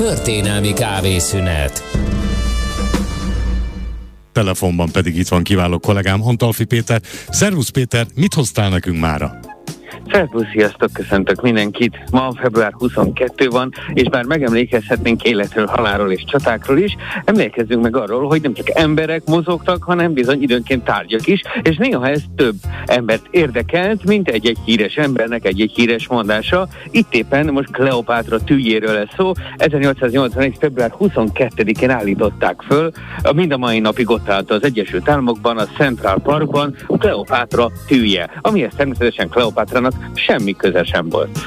Történelmi kávészünet. Telefonban pedig itt van kiváló kollégám, Antalfi Péter. Szervusz Péter, mit hoztál nekünk mára? Szervusz, sziasztok, köszöntök mindenkit. Ma február 22 van, és bár megemlékezhetnénk életről, halálról és csatákról is, emlékezzünk meg arról, hogy nem csak emberek mozogtak, hanem bizony időnként tárgyak is, és néha ez több embert érdekelt, mint egy-egy híres embernek egy-egy híres mondása. Itt éppen most Kleopátra tűjéről lesz szó. 1881. február 22-én állították föl, mind a mai napig ott állt az Egyesült Államokban, a Central Parkban Kleopátra tűje, amihez természetesen Kleopátrának semmi köze sem volt.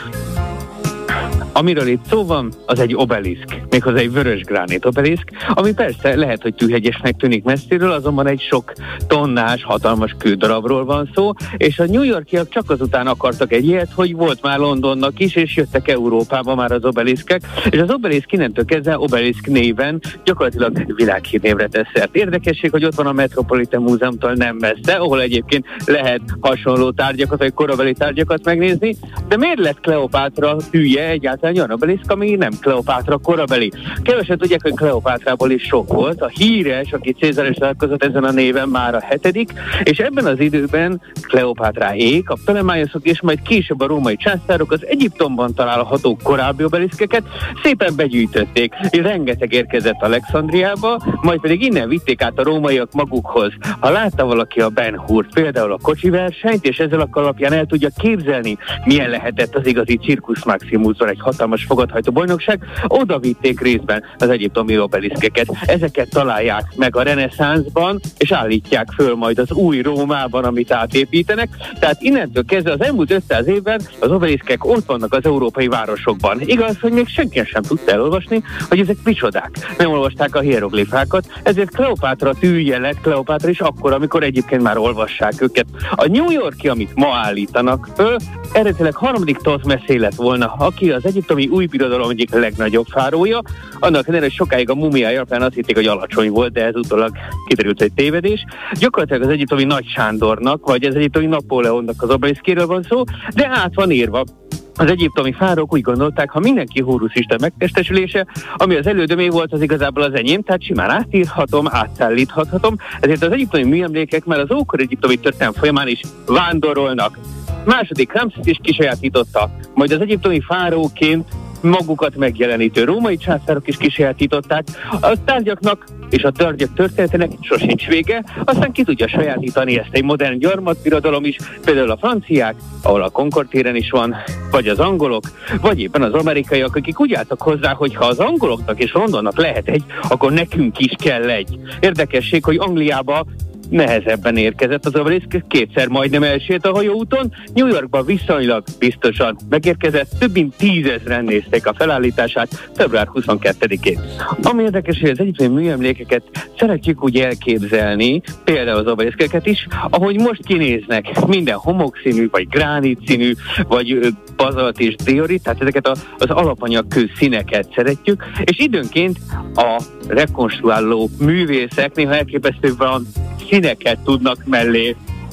Amiről itt szó van, az egy obeliszk, méghozzá egy vörös gránit obeliszk, ami persze lehet, hogy tűhegyesnek tűnik messziről, azonban egy sok tonnás, hatalmas kődarabról van szó, és a New Yorkiak csak azután akartak egy ilyet, hogy volt már Londonnak is, és jöttek Európába már az obeliszkek, és az obeliszk innentől kezdve obeliszk néven gyakorlatilag világhírnévre tesz szert. Érdekesség, hogy ott van a Metropolitan Múzeumtól nem messze, ahol egyébként lehet hasonló tárgyakat, vagy korabeli tárgyakat megnézni, de miért lett Kleopátra tűje egyáltalán olyan obeliszk, ami nem Kleopátra korabeli? Kevesen tudják, hogy Kleopátrából is sok volt. A híres, aki Cézár is találkozott ezen a néven, már a 7., és ebben az időben Kleopátráék, a Ptolemájoszok és majd később a római császárok az Egyiptomban található korábbi obeliszkeket szépen begyűjtötték. Rengeteg érkezett Alexandriába, majd pedig innen vitték át a rómaiak magukhoz. Ha látta valaki a Ben Hurt, például a kocsiversenyt, és ezzel a alapján el tudja képzelni, milyen lehetett az igazi Circus Maximusban egy hatalmas fogadhajtó bajnokság, oda vitték részben az egyiptomi obeliszkeket. Ezeket találják meg a reneszánszban, és állítják föl majd az új Rómában, amit átépítenek. Tehát innentől kezdve az elmúlt 500 évben az obeliszkek ott vannak az európai városokban. Igaz, hogy még senki sem tudta elolvasni, hogy ezek micsodák. Nem olvasták a hieroglifákat, ezért Kleopátra tűje lett Kleopátra is akkor, amikor egyébként már olvassák őket. A New Yorki, amit ma állítanak föl, eredetileg harmadik Thotmeszé lett volna, aki az egyiptomi új birodalom egyik legnagyobb fárója. Annak ellenére sokáig a mumiája alapján azt hitték, hogy alacsony volt, de ez utólag kiderült, hogy tévedés. Gyakorlatilag az egyiptomi Nagy Sándornak, vagy az egyiptomi Napóleonnak az obeliszkéről van szó, de át van írva. Az egyiptomi fárók úgy gondolták, ha mindenki Hórusz isten megtestesülése, ami az elődömé volt, az igazából az enyém, tehát simán átírhatom, átszállíthatom, ezért az egyiptomi műemlékek már az ókor egyiptomi történelem folyamán is vándorolnak. Második Ramszesz is kisajátította, majd az egyiptomi fáróként magukat megjelenítő római császárok is kisajátították. A tárgyaknak és a tárgyak történetének sosincs vége, aztán ki tudja sajátítani ezt egy modern gyarmatbirodalom is, például a franciák, ahol a Concord téren is van, vagy az angolok, vagy éppen az amerikaiak, akik úgy álltak hozzá, hogy ha az angoloknak és Londonnak lehet egy, akkor nekünk is kell egy. Érdekesség, hogy Angliába nehezebben érkezett az obeliszk, kétszer majdnem elsért a hajóúton, New Yorkban viszonylag biztosan megérkezett, több mint 10 000-en nézték a felállítását február 22-én. Ami érdekes, hogy az egyiptomi műemlékeket szeretjük úgy elképzelni, például az obeliszkeket is, ahogy most kinéznek, minden homokszínű, vagy gránitszínű, vagy bazalt és diorit, tehát ezeket az alapanyagkő színeket szeretjük, és időnként a rekonstruáló művészek néha elképesztően színeket tudnak mellé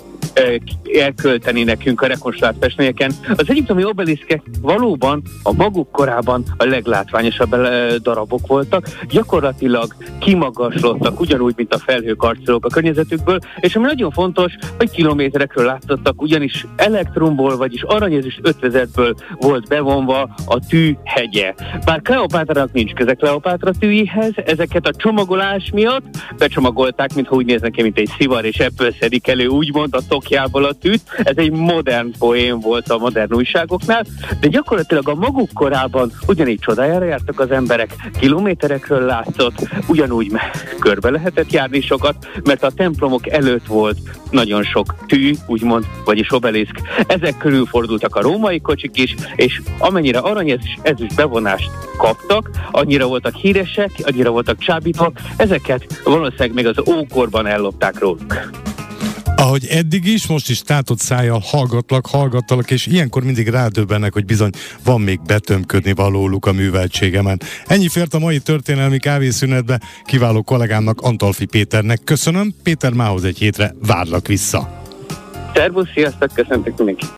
elkölteni nekünk a rekonstruált festményeken. Az egyiptomi obeliszkek valóban a maguk korában a leglátványosabb darabok voltak, gyakorlatilag kimagaslottak, ugyanúgy, mint a felhőkarcolók a környezetükből, és ami nagyon fontos, hogy kilométerekről látszottak, ugyanis elektromból, vagyis aranyezüst ötvezetből volt bevonva a tű hegye. Bár Kleopátrának nincs köze Kleopátra tűihez, ezeket a csomagolás miatt becsomagolták, mintha úgy néznek ki, mint egy szivar, és ebből szedik elő úgymond a szokjából a tűt. Ez egy modern poén volt a modern újságoknál, de gyakorlatilag a maguk korában ugyanígy csodájára jártak az emberek, kilométerekről látszott, ugyanúgy körbe lehetett járni sokat, mert a templomok előtt volt nagyon sok tű, úgymond, vagyis obeliszk. Ezek körül fordultak a római kocsik is, és amennyire arany és ezüst bevonást kaptak, annyira voltak híresek, annyira voltak csábítók, ezeket valószínűleg még az ókorban ellopták róluk. Ahogy eddig is, most is tátott szájjal hallgattalak, és ilyenkor mindig rádöbbennek, hogy bizony van még betömködni valóluk a műveltségemen. Ennyi fért a mai történelmi kávészünetbe, kiváló kollégámnak, Antalfi Péternek. Köszönöm, Péter, mához egy hétre várlak vissza. Szervusz, sziasztok, köszöntök mindenkit!